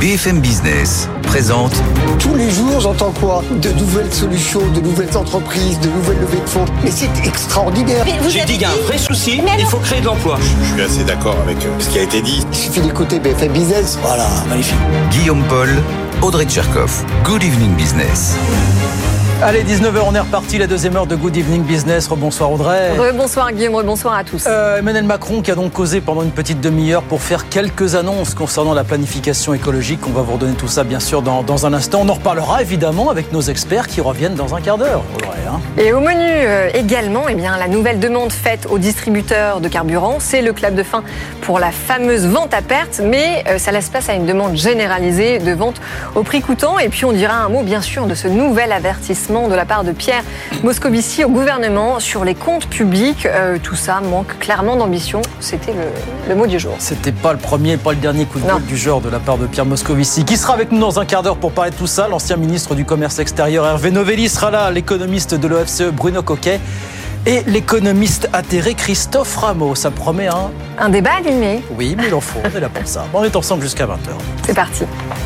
BFM Business présente. Tous les jours, j'entends quoi? De nouvelles solutions, de nouvelles entreprises, de nouvelles levées de fonds. Mais c'est extraordinaire. J'ai dit qu'il y a un vrai souci, il faut créer de l'emploi. Je suis assez d'accord avec ce qui a été dit. Il suffit d'écouter BFM Business. Voilà, magnifique. Guillaume Paul, Audrey Tcherkov. Good Evening Business. Allez, 19h, on est reparti, la deuxième heure de Good Evening Business. Rebonsoir Audrey. Rebonsoir Guillaume, rebonsoir à tous. Emmanuel Macron qui a donc causé pendant une petite demi-heure pour faire quelques annonces concernant la planification écologique. On va vous redonner tout ça bien sûr dans un instant. On en reparlera évidemment avec nos experts qui reviennent dans un quart d'heure. Audrey, hein. Et au menu également, la nouvelle demande faite aux distributeurs de carburant, c'est le clap de fin pour la fameuse vente à perte, mais ça laisse place à une demande généralisée de vente au prix coûtant. Et puis on dira un mot bien sûr de ce nouvel avertissement de la part de Pierre Moscovici au gouvernement sur les comptes publics. Tout ça manque clairement d'ambition. C'était le mot du jour. C'était pas le premier, pas le dernier coup de gueule du genre de la part de Pierre Moscovici, qui sera avec nous dans un quart d'heure pour parler de tout ça. L'ancien ministre du Commerce extérieur Hervé Novelli sera là, l'économiste de l'OFCE Bruno Coquet et l'économiste atterré Christophe Rameau. Ça promet un débat animé. Oui, mais il en faut, on est là pour ça. On est ensemble jusqu'à 20h. C'est parti.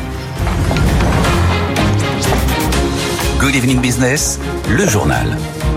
Good Evening Business, le journal.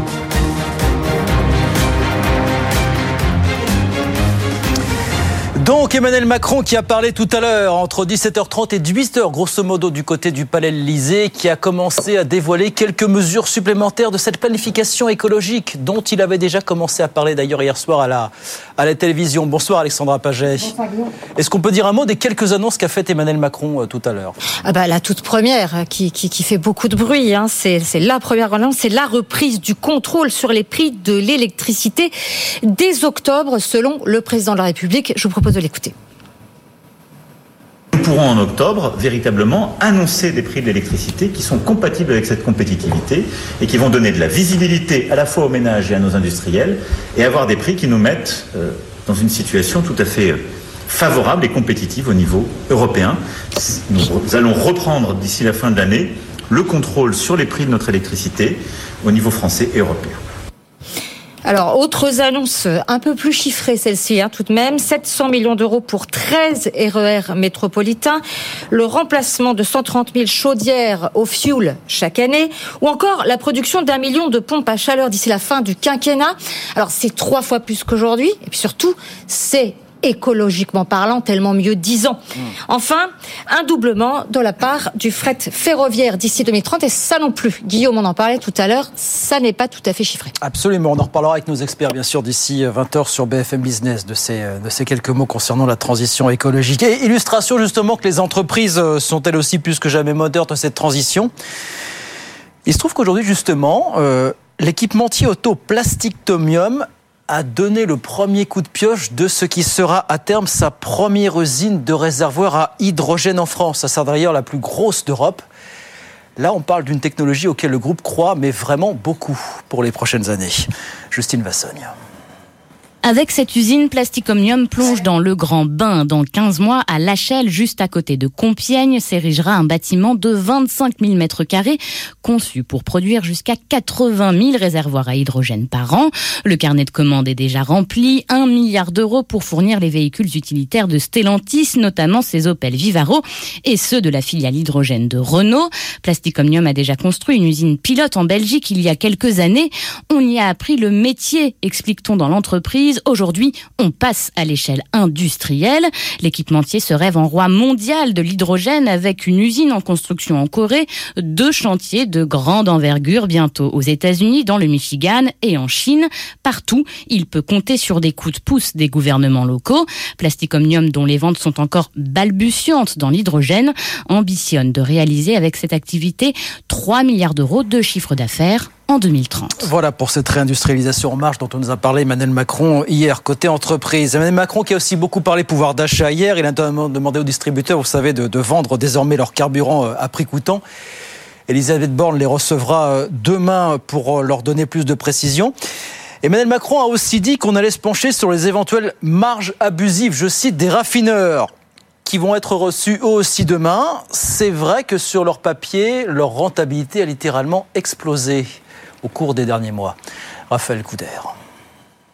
Donc Emmanuel Macron qui a parlé tout à l'heure entre 17h30 et 18h grosso modo du côté du Palais de l'Élysée, qui a commencé à dévoiler quelques mesures supplémentaires de cette planification écologique dont il avait déjà commencé à parler d'ailleurs hier soir à la télévision. Bonsoir Alexandra Paget. Bonsoir Guillaume. Est-ce qu'on peut dire un mot des quelques annonces qu'a fait Emmanuel Macron tout à l'heure? La toute première qui fait beaucoup de bruit, c'est la première annonce, c'est la reprise du contrôle sur les prix de l'électricité dès octobre selon le président de la République. Je vous propose de l'écouter. Nous pourrons en octobre véritablement annoncer des prix de l'électricité qui sont compatibles avec cette compétitivité et qui vont donner de la visibilité à la fois aux ménages et à nos industriels et avoir des prix qui nous mettent dans une situation tout à fait favorable et compétitive au niveau européen. Nous allons reprendre d'ici la fin de l'année le contrôle sur les prix de notre électricité au niveau français et européen. Alors, autres annonces un peu plus chiffrées, celle-ci, tout de même. 700 millions d'euros pour 13 RER métropolitains. Le remplacement de 130 000 chaudières au fioul chaque année. Ou encore la production d'1 million de pompes à chaleur d'ici la fin du quinquennat. Alors, c'est 3 fois plus qu'aujourd'hui. Et puis surtout, c'est écologiquement parlant, tellement mieux disant. Enfin, un doublement de la part du fret ferroviaire d'ici 2030, et ça non plus, Guillaume, on en parlait tout à l'heure, ça n'est pas tout à fait chiffré. Absolument, on en reparlera avec nos experts, bien sûr, d'ici 20h sur BFM Business, de ces quelques mots concernant la transition écologique. Et illustration justement que les entreprises sont elles aussi plus que jamais moteurs de cette transition. Il se trouve qu'aujourd'hui, justement, l'équipementier auto Plastictomium a donné le premier coup de pioche de ce qui sera à terme sa première usine de réservoir à hydrogène en France. Ça sera d'ailleurs la plus grosse d'Europe. Là, on parle d'une technologie auquel le groupe croit, mais vraiment beaucoup pour les prochaines années. Justine Vassogne. Avec cette usine, Plastictomium plonge dans le grand bain. Dans 15 mois, à Lachelle, juste à côté de Compiègne, s'érigera un bâtiment de 25 000 m², conçu pour produire jusqu'à 80 000 réservoirs à hydrogène par an. Le carnet de commandes est déjà rempli. 1 milliard d'euros pour fournir les véhicules utilitaires de Stellantis, notamment ses Opel Vivaro, et ceux de la filiale hydrogène de Renault. Plastictomium a déjà construit une usine pilote en Belgique il y a quelques années. On y a appris le métier, explique-t-on dans l'entreprise. Aujourd'hui, on passe à l'échelle industrielle. L'équipementier se rêve en roi mondial de l'hydrogène avec une usine en construction en Corée, 2 chantiers de grande envergure bientôt aux États-Unis, dans le Michigan et en Chine. Partout, il peut compter sur des coups de pouce des gouvernements locaux. Plastictomium, dont les ventes sont encore balbutiantes dans l'hydrogène, ambitionne de réaliser avec cette activité 3 milliards d'euros de chiffre d'affaires en 2030. Voilà pour cette réindustrialisation en marche dont on nous a parlé Emmanuel Macron hier, côté entreprise. Emmanuel Macron qui a aussi beaucoup parlé pouvoir d'achat hier. Il a demandé aux distributeurs, vous savez, de vendre désormais leur carburant à prix coûtant. Elisabeth Borne les recevra demain pour leur donner plus de précision. Emmanuel Macron a aussi dit qu'on allait se pencher sur les éventuelles marges abusives, je cite, des raffineurs, qui vont être reçus eux aussi demain. C'est vrai que sur leur papier, leur rentabilité a littéralement explosé au cours des derniers mois. Raphaël Couder.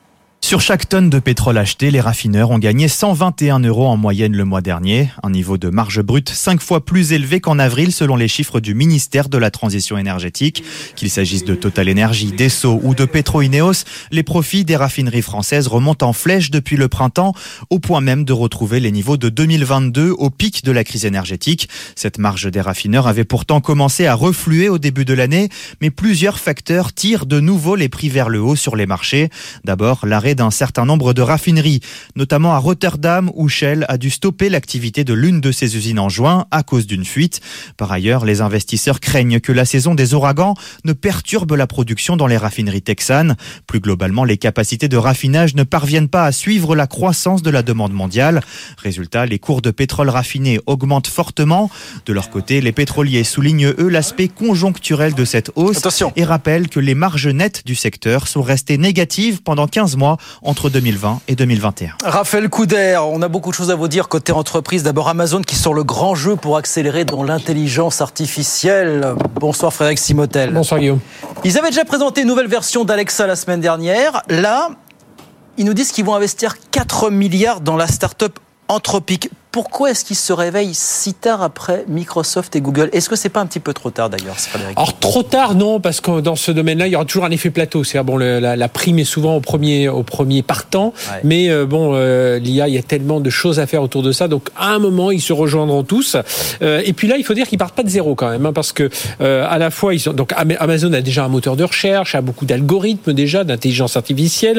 Sur chaque tonne de pétrole acheté, les raffineurs ont gagné 121 € en moyenne le mois dernier. Un niveau de marge brute 5 fois plus élevé qu'en avril selon les chiffres du ministère de la Transition énergétique. Qu'il s'agisse de Total Energy, d'Esso ou de PetroIneos, les profits des raffineries françaises remontent en flèche depuis le printemps, au point même de retrouver les niveaux de 2022 au pic de la crise énergétique. Cette marge des raffineurs avait pourtant commencé à refluer au début de l'année, mais plusieurs facteurs tirent de nouveau les prix vers le haut sur les marchés. D'abord, l'arrêt d'un certain nombre de raffineries, notamment à Rotterdam où Shell a dû stopper l'activité de l'une de ses usines en juin à cause d'une fuite. Par ailleurs, les investisseurs craignent que la saison des ouragans ne perturbe la production dans les raffineries texanes. Plus globalement, les capacités de raffinage ne parviennent pas à suivre la croissance de la demande mondiale. Résultat, les cours de pétrole raffiné augmentent fortement. De leur côté, les pétroliers soulignent eux l'aspect conjoncturel de cette hausse. Attention. Et rappellent que les marges nettes du secteur sont restées négatives pendant 15 mois entre 2020 et 2021. Raphaël Couder, on a beaucoup de choses à vous dire côté entreprise. D'abord Amazon qui sort le grand jeu pour accélérer dans l'intelligence artificielle. Bonsoir Frédéric Simotel. Bonsoir Guillaume. Ils avaient déjà présenté une nouvelle version d'Alexa la semaine dernière. Là, ils nous disent qu'ils vont investir 4 milliards dans la start-up Anthropic. Pourquoi est-ce qu'ils se réveillent si tard après Microsoft et Google ? Est-ce que c'est pas un petit peu trop tard d'ailleurs, Frédéric ? Alors trop tard non, parce que dans ce domaine-là, il y aura toujours un effet plateau. C'est-à-dire bon, la prime est souvent au premier partant, ouais. Mais l'IA, il y a tellement de choses à faire autour de ça, donc à un moment ils se rejoindront tous. Et puis là, il faut dire qu'ils partent pas de zéro quand même, hein, parce que à la fois donc Amazon a déjà un moteur de recherche, a beaucoup d'algorithmes déjà, d'intelligence artificielle.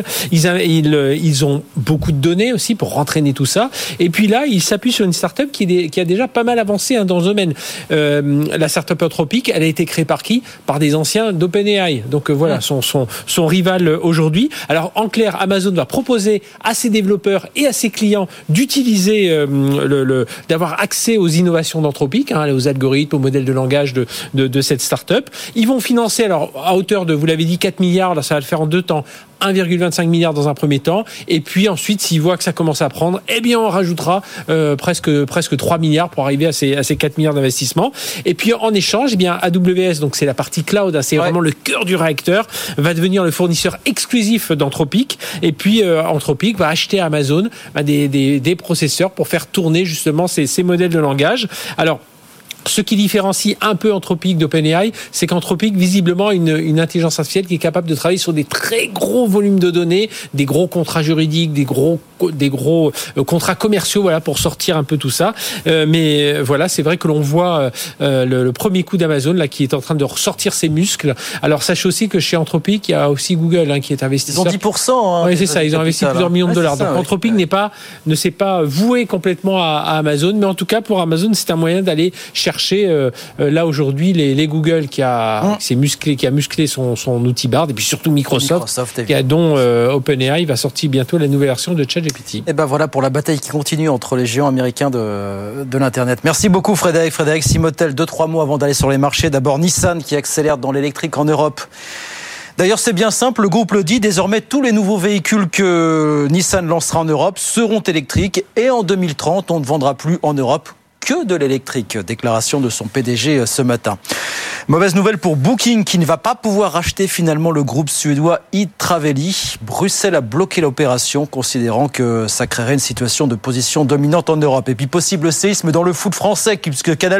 Ils ont beaucoup de données aussi pour entraîner tout ça. Et puis là, ils s'appuient sur une start-up qui a déjà pas mal avancé dans ce domaine. La start-up Anthropic, elle a été créée par qui ? Par des anciens d'OpenAI. Donc voilà, son rival aujourd'hui. Alors en clair, Amazon va proposer à ses développeurs et à ses clients d'utiliser d'avoir accès aux innovations d'Anthropic, aux algorithmes, aux modèles de langage de cette start-up. Ils vont financer alors à hauteur de, vous l'avez dit, 4 milliards. Là, ça va le faire en 2 temps. 1,25 milliard dans un premier temps, et puis ensuite, s'ils voient que ça commence à prendre, eh bien, on rajoutera presque 3 milliards pour arriver à ces 4 milliards d'investissement. Et puis, en échange, eh bien, AWS, donc c'est la partie cloud, c'est vraiment le cœur du réacteur, va devenir le fournisseur exclusif d'Anthropic. Et puis, Anthropic va acheter à Amazon des processeurs pour faire tourner justement ces modèles de langage. Alors, ce qui différencie un peu Anthropic d'OpenAI, c'est qu'Anthropic, visiblement, une intelligence artificielle qui est capable de travailler sur des très gros volumes de données, des gros contrats juridiques, des gros contrats commerciaux, voilà, pour sortir un peu tout ça. Mais voilà, c'est vrai que l'on voit le premier coup d'Amazon là qui est en train de ressortir ses muscles. Alors sachez aussi que chez Anthropic, il y a aussi Google qui est investisseur. Ils ont 10%. Oui, c'est ça. Ils ont investi plusieurs millions de dollars. Donc Anthropic ne s'est pas voué complètement à Amazon, mais en tout cas pour Amazon, c'est un moyen d'aller chercher là aujourd'hui les Google qui a musclé son outil Bard, et puis surtout Microsoft dont OpenAI va sortir bientôt la nouvelle version de ChatGPT. Et ben voilà pour la bataille qui continue entre les géants américains de l'internet. Merci beaucoup Frédéric Simotel. 2-3 mots avant d'aller sur les marchés. D'abord Nissan qui accélère dans l'électrique en Europe. D'ailleurs, c'est bien simple, le groupe le dit, désormais tous les nouveaux véhicules que Nissan lancera en Europe seront électriques, et en 2030, on ne vendra plus en Europe que de l'électrique. Déclaration de son PDG ce matin. Mauvaise nouvelle pour Booking qui ne va pas pouvoir racheter finalement le groupe suédois eTraveli. Bruxelles a bloqué l'opération considérant que ça créerait une situation de position dominante en Europe. Et puis possible séisme dans le foot français puisque Canal+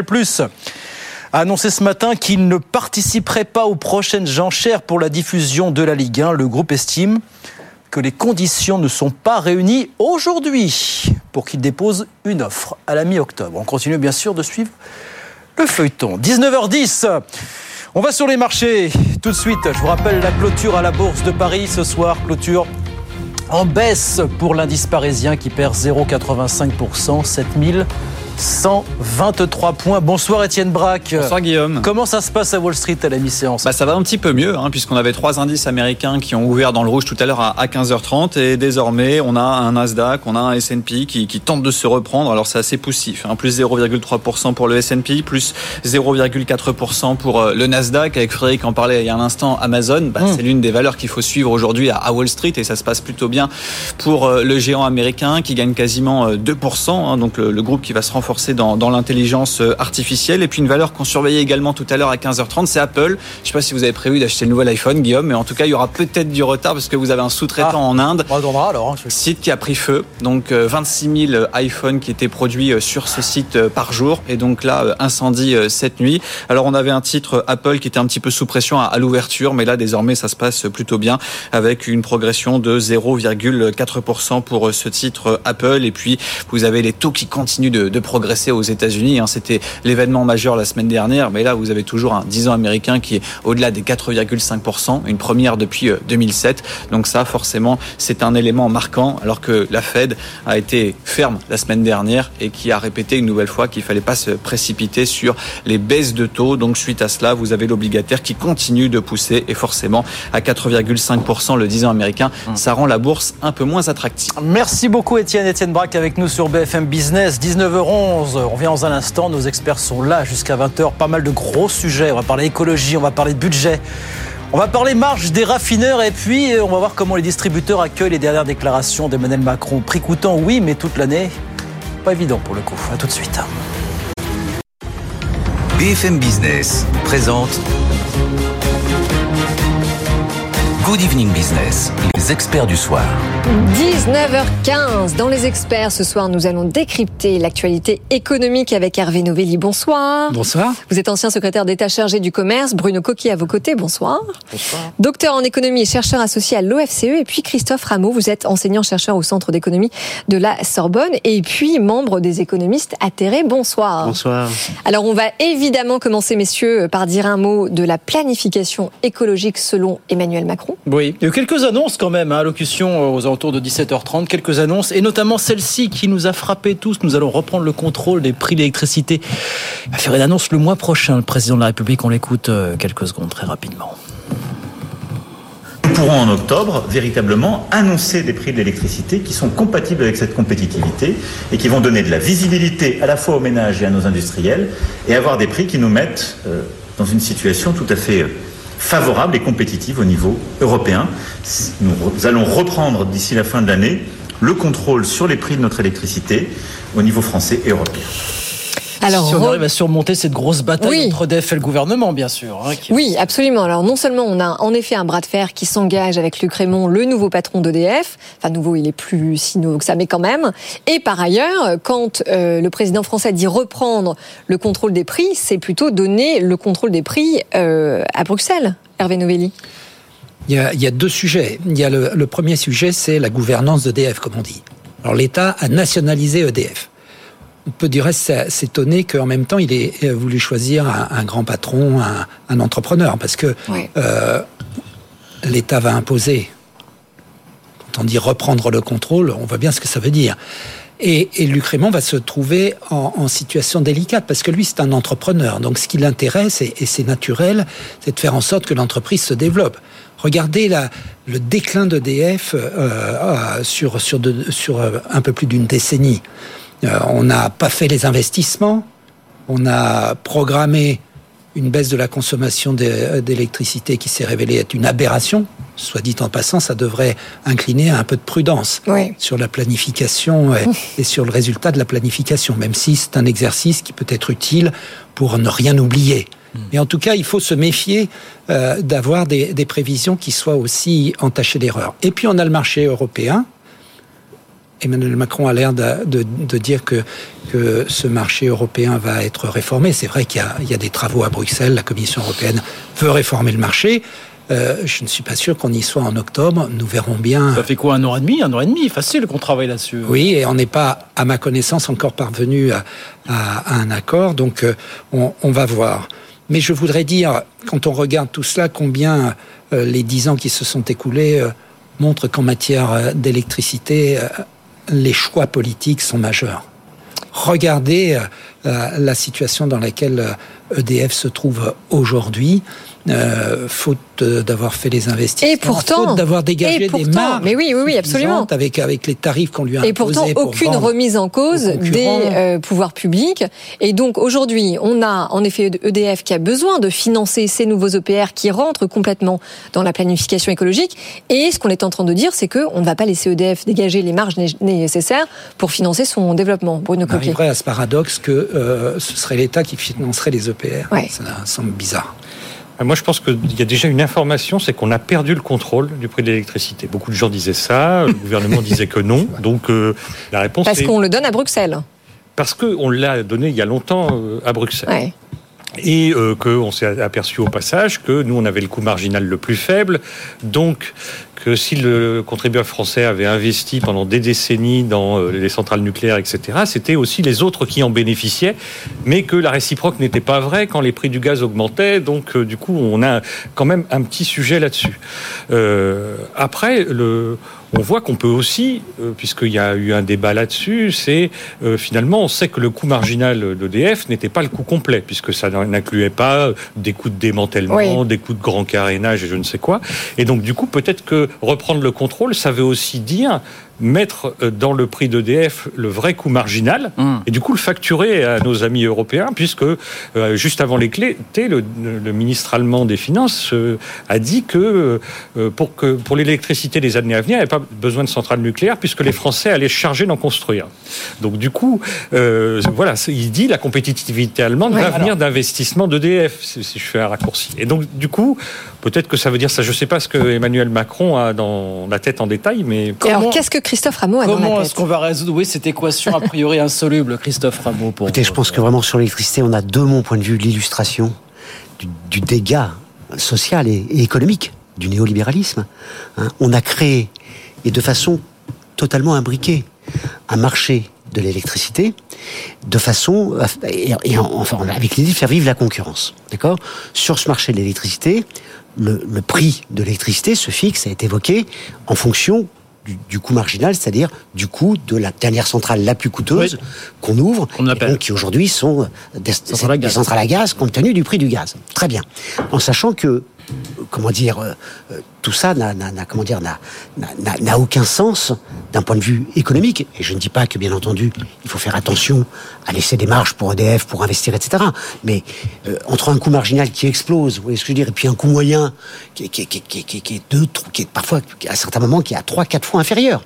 a annoncé ce matin qu'il ne participerait pas aux prochaines enchères pour la diffusion de la Ligue 1. Le groupe estime que les conditions ne sont pas réunies aujourd'hui pour qu'il dépose une offre à la mi-octobre. On continue bien sûr de suivre le feuilleton. 19h10, on va sur les marchés. Tout de suite, je vous rappelle la clôture à la Bourse de Paris ce soir. Clôture en baisse pour l'indice parisien qui perd 0,85%, 7123 points. Bonsoir Étienne Braque. Bonsoir Guillaume. Comment ça se passe à Wall Street à la mi-séance ? Ça va un petit peu mieux, puisqu'on avait 3 indices américains qui ont ouvert dans le rouge tout à l'heure à 15h30, et désormais on a un Nasdaq, on a un S&P qui tente de se reprendre. Alors c'est assez poussif, plus 0,3% pour le S&P, plus 0,4% pour le Nasdaq. Avec Frédéric en parlait il y a un instant, Amazon, c'est l'une des valeurs qu'il faut suivre aujourd'hui à Wall Street, et ça se passe plutôt bien pour le géant américain qui gagne quasiment 2%, donc le groupe qui va se renforcer renforcer dans l'intelligence artificielle. Et puis une valeur qu'on surveillait également tout à l'heure à 15h30, c'est Apple. Je ne sais pas si vous avez prévu d'acheter le nouvel iPhone, Guillaume, mais en tout cas, il y aura peut-être du retard parce que vous avez un sous-traitant en Inde. On attendra alors. Site qui a pris feu. Donc 26 000 iPhones qui étaient produits sur ce site par jour. Et donc là, incendie cette nuit. Alors on avait un titre Apple qui était un petit peu sous pression à l'ouverture, mais là désormais ça se passe plutôt bien avec une progression de 0,4% pour ce titre Apple. Et puis vous avez les taux qui continuent de progresser aux États-Unis. C'était l'événement majeur la semaine dernière, mais là vous avez toujours un 10 ans américain qui est au-delà des 4,5%, une première depuis 2007. Donc ça, forcément, c'est un élément marquant, alors que la Fed a été ferme la semaine dernière et qui a répété une nouvelle fois qu'il fallait pas se précipiter sur les baisses de taux. Donc suite à cela, vous avez l'obligataire qui continue de pousser et forcément à 4,5% le 10 ans américain, ça rend la bourse un peu moins attractive. Merci beaucoup Étienne Braque avec nous sur BFM Business. 19h11, on revient dans un instant, nos experts sont là jusqu'à 20h, pas mal de gros sujets, on va parler écologie, on va parler de budget. On va parler marge des raffineurs et puis on va voir comment les distributeurs accueillent les dernières déclarations d'Emmanuel Macron. Prix coûtant, oui, mais toute l'année, pas évident pour le coup. À tout de suite. BFM Business présente Good Evening Business, les experts du soir. 19h15, dans les experts, ce soir, nous allons décrypter l'actualité économique avec Hervé Novelli. Bonsoir. Bonsoir. Vous êtes ancien secrétaire d'État chargé du commerce. Bruno Coquet à vos côtés. Bonsoir. Bonsoir. Docteur en économie et chercheur associé à l'OFCE. Et puis Christophe Rameau, vous êtes enseignant-chercheur au Centre d'économie de la Sorbonne. Et puis membre des économistes atterrés. Bonsoir. Bonsoir. Alors, on va évidemment commencer, messieurs, par dire un mot de la planification écologique selon Emmanuel Macron. Oui, il y a eu quelques annonces quand même, allocution aux alentours de 17h30, quelques annonces, et notamment celle-ci qui nous a frappés tous. Nous allons reprendre le contrôle des prix de l'électricité. Il va faire une annonce le mois prochain, le président de la République. On l'écoute quelques secondes, très rapidement. Nous pourrons en octobre véritablement annoncer des prix de l'électricité qui sont compatibles avec cette compétitivité et qui vont donner de la visibilité à la fois aux ménages et à nos industriels et avoir des prix qui nous mettent dans une situation tout à fait favorable et compétitive au niveau européen. Nous allons reprendre d'ici la fin de l'année le contrôle sur les prix de notre électricité au niveau français et européen. Alors, si on arrive à surmonter cette grosse bataille entre EDF et le gouvernement, bien sûr. Oui, absolument. Alors, non seulement on a en effet un bras de fer qui s'engage avec Luc Rémont, le nouveau patron d'EDF. Enfin, nouveau, il est plus si nouveau que ça, mais quand même. Et par ailleurs, quand le président français dit reprendre le contrôle des prix, c'est plutôt donner le contrôle des prix à Bruxelles. Hervé Novelli. Il y a deux sujets. Il y a le premier sujet, c'est la gouvernance d'EDF, comme on dit. Alors, l'État a nationalisé EDF. On peut du reste s'étonner qu'en même temps, il ait voulu choisir un grand patron, un entrepreneur, parce que l'État va imposer. Quand on dit reprendre le contrôle, on voit bien ce que ça veut dire. Et Luc Rémont va se trouver en situation délicate, parce que lui, c'est un entrepreneur. Donc, ce qui l'intéresse, et c'est naturel, c'est de faire en sorte que l'entreprise se développe. Regardez le déclin d'EDF sur un peu plus d'une décennie. On n'a pas fait les investissements, on a programmé une baisse de la consommation d'électricité qui s'est révélée être une aberration. Soit dit en passant, ça devrait incliner à un peu de prudence sur la planification et sur le résultat de la planification, même si c'est un exercice qui peut être utile pour ne rien oublier. Mais en tout cas, il faut se méfier d'avoir des prévisions qui soient aussi entachées d'erreurs. Et puis on a le marché européen. Emmanuel Macron a l'air de dire que ce marché européen va être réformé. C'est vrai qu'il y a des travaux à Bruxelles. La Commission européenne veut réformer le marché. Je ne suis pas sûr qu'on y soit en octobre. Nous verrons bien. Ça fait quoi, un an et demi, facile qu'on travaille là-dessus. Oui, et on n'est pas, à ma connaissance, encore parvenu à un accord. Donc, on va voir. Mais je voudrais dire, quand on regarde tout cela, combien les 10 ans qui se sont écoulés montrent qu'en matière d'électricité, les choix politiques sont majeurs. Regardez la situation dans laquelle EDF se trouve aujourd'hui, faute d'avoir fait les investissements, et pourtant, faute d'avoir dégagé des marges, mais oui, absolument, avec les tarifs qu'on lui a imposés. Et pourtant, aucune remise en cause des pouvoirs publics. Et donc aujourd'hui, on a en effet EDF qui a besoin de financer ces nouveaux EPR qui rentrent complètement dans la planification écologique. Et ce qu'on est en train de dire, c'est qu'on ne va pas laisser EDF dégager les marges nécessaires pour financer son développement. Bruno Coquet. On arriverait à ce paradoxe que ce serait l'État qui financerait les EPR. Ouais. Ça semble bizarre. Moi, je pense qu'il y a déjà une information, c'est qu'on a perdu le contrôle du prix de l'électricité. Beaucoup de gens disaient ça, le gouvernement disait que non. Donc, la réponse Parce qu'on le donne à Bruxelles. Parce qu'on l'a donné il y a longtemps à Bruxelles. Ouais. Et qu'on s'est aperçu au passage que nous, on avait le coût marginal le plus faible. Donc, que si le contribuable français avait investi pendant des décennies dans les centrales nucléaires, etc., c'était aussi les autres qui en bénéficiaient, mais que la réciproque n'était pas vraie quand les prix du gaz augmentaient. Donc, du coup, on a quand même un petit sujet là-dessus. Après, on voit qu'on peut aussi, puisqu'il y a eu un débat là-dessus, c'est finalement, on sait que le coût marginal d'EDF n'était pas le coût complet, puisque ça n'incluait pas des coûts de démantèlement, des coûts de grand carénage et je ne sais quoi. Et donc, du coup, peut-être que reprendre le contrôle, ça veut aussi dire mettre dans le prix d'EDF le vrai coût marginal et du coup le facturer à nos amis européens, puisque juste avant l'été, le ministre allemand des Finances a dit que pour l'électricité des années à venir, il n'y avait pas besoin de centrales nucléaires puisque les Français allaient se charger d'en construire. Donc du coup, voilà, il dit la compétitivité allemande va venir d'investissement d'EDF, si je fais un raccourci. Et donc du coup, peut-être que ça veut dire ça. Je ne sais pas ce que Emmanuel Macron a dans la tête en détail, mais alors qu'est-ce que Christophe Rameau a dans la tête? Comment est-ce qu'on va résoudre cette équation a priori insoluble, Christophe Rameau? Écoutez, je pense que vraiment sur l'électricité, on a de mon point de vue l'illustration du dégât social et économique du néolibéralisme. On a créé, et de façon totalement imbriquée, un marché de l'électricité de façon enfin avec l'idée de faire vivre la concurrence. D'accord ? Sur ce marché de l'électricité, le prix de l'électricité se fixe, ça a été évoqué, en fonction du coût marginal, c'est-à-dire du coût de la dernière centrale la plus coûteuse qu'on ouvre, donc qui aujourd'hui sont des centrales à gaz compte tenu du prix du gaz. Très bien. En sachant que, tout ça n'a aucun sens d'un point de vue économique. Et je ne dis pas que, bien entendu, il faut faire attention à laisser des marges pour EDF, pour investir, etc. Mais entre un coût marginal qui explose, vous voyez ce que je veux dire, et puis un coût moyen qui est parfois, à certains moments, qui est à 3-4 fois inférieur.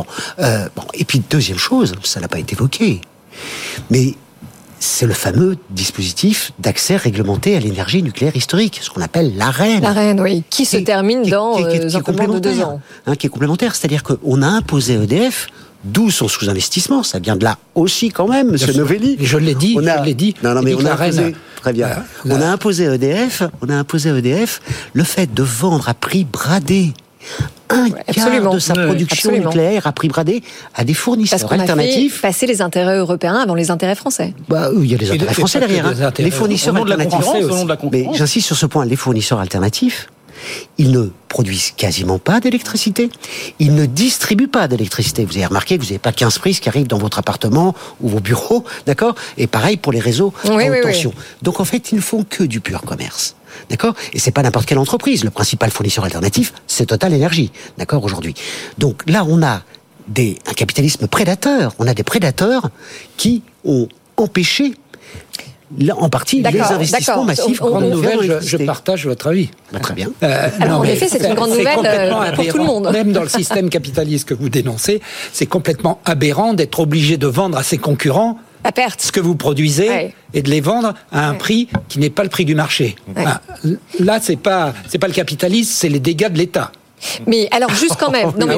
Et puis, deuxième chose, ça n'a pas été évoqué, mais c'est le fameux dispositif d'accès réglementé à l'énergie nucléaire historique, ce qu'on appelle l'ARENE. L'ARENE, oui, qui se termine dans un peu moins de 2 ans. Qui est complémentaire, c'est-à-dire qu'on a imposé EDF, d'où son sous-investissement, ça vient de là aussi quand même, monsieur Novelli. Je l'ai dit, Non, mais on a imposé, très bien. On a imposé à EDF le fait de vendre à prix bradé un quart de sa production nucléaire à prix bradé à des fournisseurs alternatifs. Parce qu'on a fait passer les intérêts européens avant les intérêts français. Il y a les intérêts français derrière. Les fournisseurs alternatifs. Mais j'insiste sur ce point, les fournisseurs alternatifs, ils ne produisent quasiment pas d'électricité. Ils ne distribuent pas d'électricité. Vous avez remarqué que vous n'avez pas 15 prises qui arrivent dans votre appartement ou vos bureaux, d'accord ? Et pareil pour les réseaux à haute tension. Donc en fait, ils ne font que du pur commerce. D'accord ? Et c'est pas n'importe quelle entreprise. Le principal fournisseur alternatif, c'est Total Énergie. D'accord, aujourd'hui. Donc là, on a un capitalisme prédateur. On a des prédateurs qui ont empêché, en partie, les investissements massifs. Grande nouvelle, je partage votre avis. Très bien. Alors, en effet, c'est une grande nouvelle pour tout le monde. Même dans le système capitaliste que vous dénoncez, c'est complètement aberrant d'être obligé de vendre à ses concurrents à perte ce que vous produisez et de les vendre à un prix qui n'est pas le prix du marché. Là, c'est pas le capitalisme, c'est les dégâts de l'État. Mais alors, juste quand même. Non, mais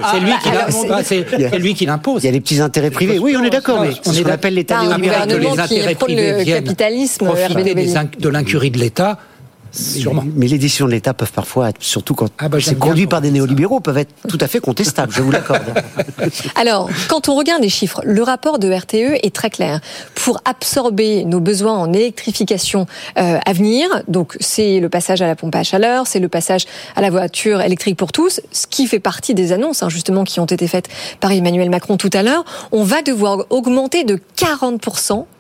c'est lui qui l'impose. Il y a des petits intérêts privés. Oui, on est d'accord, mais on appelle l'État néolibéral. Que les intérêts privés viennent profiter de l'incurie de l'État. Sûrement. Mais les décisions de l'État peuvent parfois être, surtout quand c'est conduit par des néolibéraux, peuvent être tout à fait contestables, je vous l'accorde. Alors, quand on regarde les chiffres, le rapport de RTE est très clair. Pour absorber nos besoins en électrification à venir, donc c'est le passage à la pompe à chaleur, c'est le passage à la voiture électrique pour tous, ce qui fait partie des annonces, justement, qui ont été faites par Emmanuel Macron tout à l'heure, on va devoir augmenter de 40%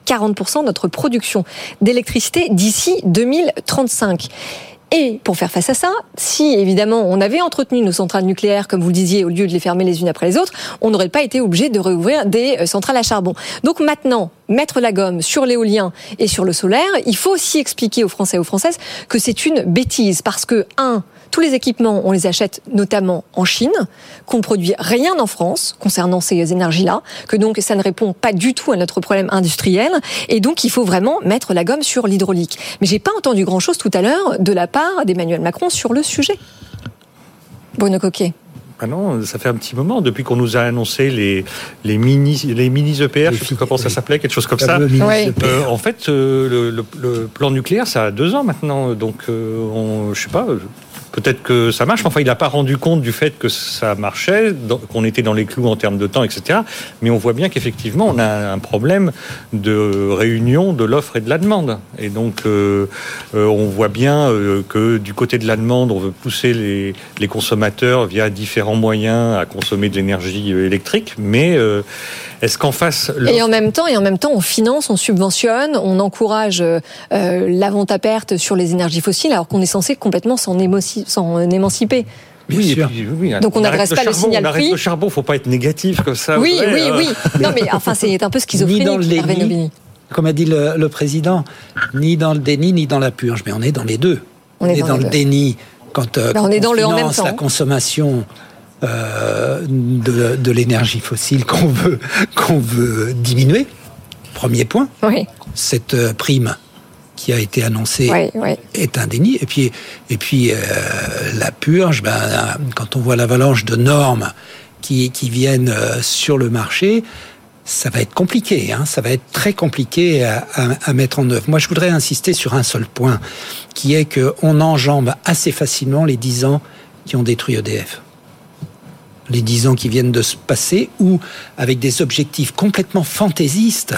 40% de notre production d'électricité d'ici 2035. Et pour faire face à ça, si évidemment on avait entretenu nos centrales nucléaires, comme vous le disiez, au lieu de les fermer les unes après les autres, on n'aurait pas été obligé de réouvrir des centrales à charbon. Donc maintenant, mettre la gomme sur l'éolien et sur le solaire, il faut aussi expliquer aux Français et aux Françaises que c'est une bêtise. Parce que, tous les équipements, on les achète notamment en Chine, qu'on ne produit rien en France concernant ces énergies-là, que donc ça ne répond pas du tout à notre problème industriel, et donc il faut vraiment mettre la gomme sur l'hydraulique. Mais j'ai pas entendu grand-chose tout à l'heure de la part d'Emmanuel Macron sur le sujet. Bruno Coquet. Ah non, ça fait un petit moment, depuis qu'on nous a annoncé les mini EPR, je sais plus comment ça s'appelait, quelque chose comme ça. En fait, le plan nucléaire, ça a 2 ans maintenant, donc je sais pas. Peut-être que ça marche. Enfin, il n'a pas rendu compte du fait que ça marchait, qu'on était dans les clous en termes de temps, etc. Mais on voit bien qu'effectivement, on a un problème de réunion de l'offre et de la demande. Et donc, on voit bien que du côté de la demande, on veut pousser les consommateurs via différents moyens à consommer de l'énergie électrique. Mais est-ce qu'en face... Et en même temps, on finance, on subventionne, on encourage la vente à perte sur les énergies fossiles, alors qu'on est censé complètement s'en émanciper. Oui, donc on n'adresse pas le signal prix. On arrête le charbon, faut pas être négatif comme ça. Oui. Non, mais enfin, c'est un peu schizophrénique. Ni dans le déni, comme a dit le président, ni dans le déni, ni dans la purge, mais on est dans les deux. On est dans le déni quand on est dans le en même temps. La consommation de l'énergie fossile qu'on veut diminuer. Premier point. Oui. Cette prime qui a été annoncée est un déni. Et puis la purge, quand on voit l'avalanche de normes qui viennent sur le marché, ça va être compliqué. Ça va être très compliqué à mettre en œuvre. Moi, je voudrais insister sur un seul point, qui est qu'on enjambe assez facilement les 10 ans qui ont détruit EDF. Les 10 ans qui viennent de se passer, ou avec des objectifs complètement fantaisistes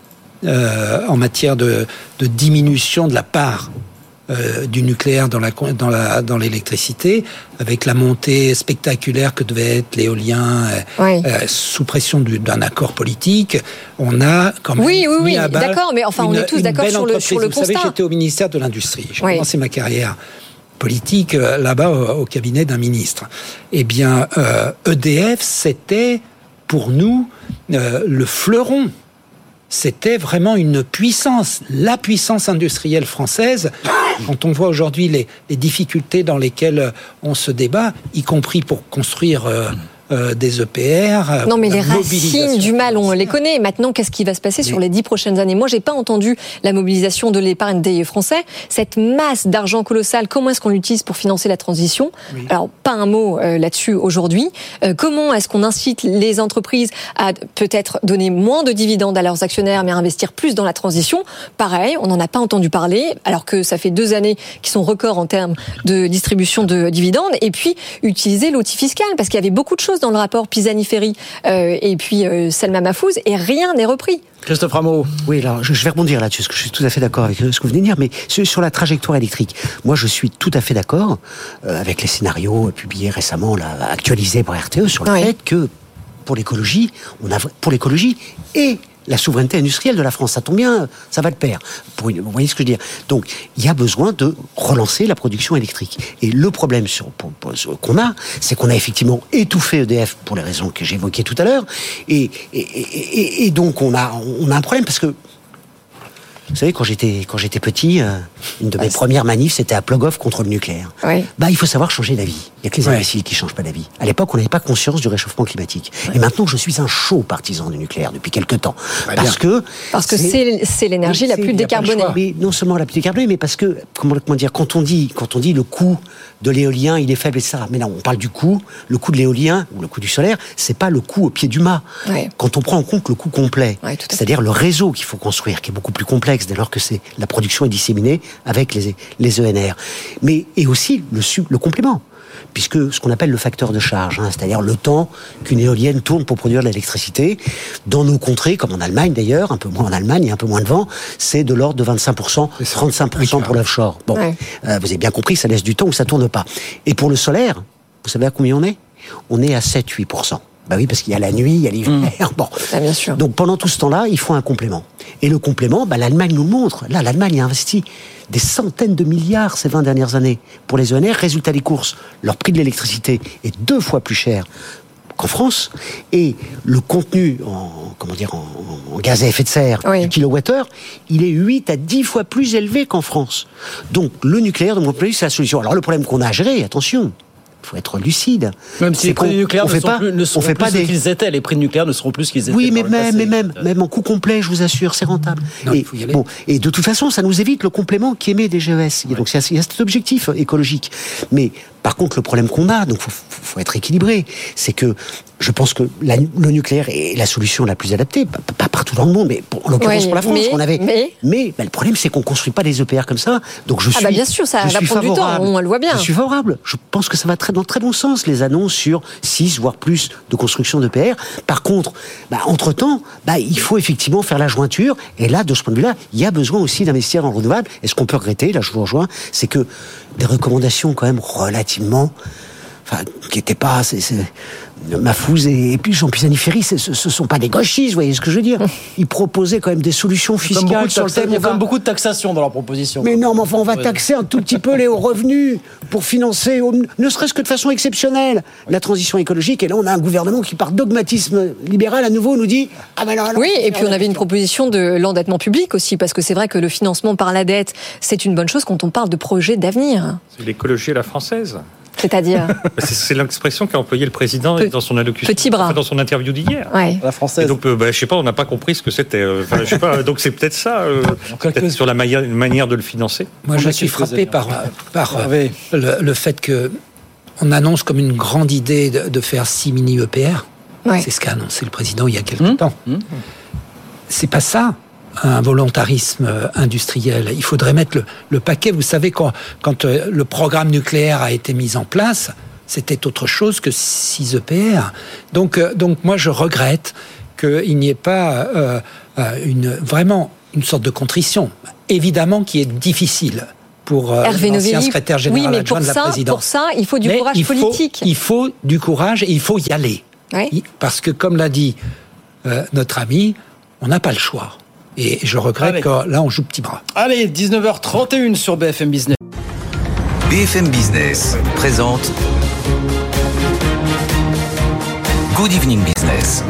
en matière de diminution de la part du nucléaire dans l'électricité, avec la montée spectaculaire que devait être l'éolien sous pression d'un accord politique. On a quand même mis à bas d'accord, mais enfin on est tous d'accord sur le constat. Vous savez, j'étais au ministère de l'Industrie. J'ai commencé ma carrière politique là-bas au cabinet d'un ministre. Eh bien, EDF, c'était pour nous le fleuron. C'était vraiment une puissance, la puissance industrielle française. Quand on voit aujourd'hui les difficultés dans lesquelles on se débat, y compris pour construire des EPR. Non, mais les racines du mal, on les connaît. Maintenant, qu'est-ce qui va se passer sur les 10 prochaines années ? Moi, j'ai pas entendu la mobilisation de l'épargne des Français. Cette masse d'argent colossal, comment est-ce qu'on l'utilise pour financer la transition ? Alors, pas un mot là-dessus aujourd'hui. Comment est-ce qu'on incite les entreprises à peut-être donner moins de dividendes à leurs actionnaires, mais à investir plus dans la transition ? Pareil, on n'en a pas entendu parler, alors que ça fait 2 années qui sont records en termes de distribution de dividendes. Et puis, utiliser l'outil fiscal, parce qu'il y avait beaucoup de choses dans le rapport Pisani-Ferry et puis Selma Mahfouz, et rien n'est repris. Christophe Rameau. Oui, alors je vais rebondir là-dessus, parce que je suis tout à fait d'accord avec ce que vous venez de dire, mais sur la trajectoire électrique, moi je suis tout à fait d'accord avec les scénarios publiés récemment, là, actualisés par RTE, sur le fait que pour l'écologie et la souveraineté industrielle de la France, ça tombe bien, ça va de pair. Vous voyez ce que je veux dire ? Donc, il y a besoin de relancer la production électrique. Et le problème qu'on a, c'est qu'on a effectivement étouffé EDF pour les raisons que j'évoquais tout à l'heure. Et donc, on a un problème parce que, vous savez, quand j'étais petit, une de mes premières manifs, c'était à Plogoff contre le nucléaire. Oui. Il faut savoir changer d'avis. Il n'y a que les imbéciles qui ne changent pas d'avis. À l'époque, on n'avait pas conscience du réchauffement climatique. Et maintenant, je suis un chaud partisan du nucléaire depuis quelque temps. Parce que c'est l'énergie la plus décarbonée. Mais non seulement la plus décarbonée, mais parce que, comment dire, quand on dit le coût de l'éolien, il est faible, etc. Mais non, on parle du coût. Le coût de l'éolien ou le coût du solaire, c'est pas le coût au pied du mât. Quand on prend en compte le coût complet, c'est-à-dire le réseau qu'il faut construire, qui est beaucoup plus complexe dès lors que la production est disséminée avec les ENR. Et aussi le complément, puisque ce qu'on appelle le facteur de charge, c'est-à-dire le temps qu'une éolienne tourne pour produire de l'électricité, dans nos contrées, comme en Allemagne d'ailleurs, un peu moins en Allemagne, il y a un peu moins de vent, c'est de l'ordre de 25%, 35% pour l'offshore. Bon, vous avez bien compris, ça laisse du temps où ça tourne pas. Et pour le solaire, vous savez à combien on est ? On est à 7-8%. Bah oui, parce qu'il y a la nuit, il y a l'hiver. Bon. Ah, bien sûr. Donc pendant tout ce temps-là, il faut un complément. Et le complément, l'Allemagne nous le montre. Là, l'Allemagne a investi des centaines de milliards ces 20 dernières années pour les ENR. Résultat des courses, leur prix de l'électricité est 2 fois plus cher qu'en France, et le contenu en gaz à effet de serre du kilowattheure, il est 8 à 10 fois plus élevé qu'en France. Donc le nucléaire, de mon point de vue, c'est la solution. Alors le problème qu'on a à gérer, attention, il faut être lucide. Même si les prix du nucléaire ne seront plus ce qu'ils étaient, les prix du nucléaire ne seront plus ce qu'ils étaient. Oui, mais même en coût complet, je vous assure, c'est rentable. Non, et de toute façon, ça nous évite le complément qui émet des GES. Ouais. Donc il y a cet objectif écologique. Mais par contre, le problème qu'on a, donc faut être équilibré, c'est que je pense que le nucléaire est la solution la plus adaptée, pas partout dans le monde, mais en l'occurrence pour la France, mais le problème, c'est qu'on construit pas des EPR comme ça. Donc je suis bien sûr, ça va prendre du temps, on le voit bien. Je suis favorable. Je pense que ça va dans le très bon sens, les annonces sur 6 voire plus de construction d'EPR. Par contre, entre-temps, il faut effectivement faire la jointure. Et là, de ce point de vue-là, il y a besoin aussi d'investir dans le renouvelable. Et ce qu'on peut regretter, là je vous rejoins, c'est que des recommandations quand même relativement... qui n'étaient pas... Mahfouz et puis Jean Pisani-Ferry, ce sont pas des gauchistes, vous voyez ce que je veux dire. Ils proposaient quand même des solutions fiscales sur le thème. Il y a quand même beaucoup de taxation dans leur proposition. Mais non, mais enfin, on va taxer un tout petit peu les hauts revenus pour financer, ne serait-ce que de façon exceptionnelle, la transition écologique. Et là, on a un gouvernement qui, par dogmatisme libéral, à nouveau, nous dit... Oui, et puis on avait une proposition de l'endettement public aussi, parce que c'est vrai que le financement par la dette, c'est une bonne chose quand on parle de projets d'avenir. C'est l'écologie à la française. C'est-à-dire c'est l'expression qu'a employé le président dans son allocution, petit bras. Dans son interview d'hier. La française. Et donc, je sais pas, on n'a pas compris ce que c'était. Je sais pas. Donc c'est peut-être ça, peut-être sur la manière de le financer. Moi, je suis frappé par le fait que on annonce comme une grande idée de faire 6 mini EPR. C'est ce qu'a annoncé le président il y a quelque temps. C'est pas ça. Un volontarisme industriel. Il faudrait mettre le paquet. Vous savez, quand le programme nucléaire a été mis en place, c'était autre chose que 6 EPR. Donc moi, je regrette qu'il n'y ait pas vraiment une sorte de contrition. Évidemment, qui est difficile pour l'ancien secrétaire général adjoint de la présidence. Pour ça, il faut du courage politique. Il faut du courage et il faut y aller. Parce que, comme l'a dit notre ami, on n'a pas le choix. Et je regrette que là, on joue petit bras. Allez, 19h31 sur BFM Business. BFM Business présente Good Evening Business.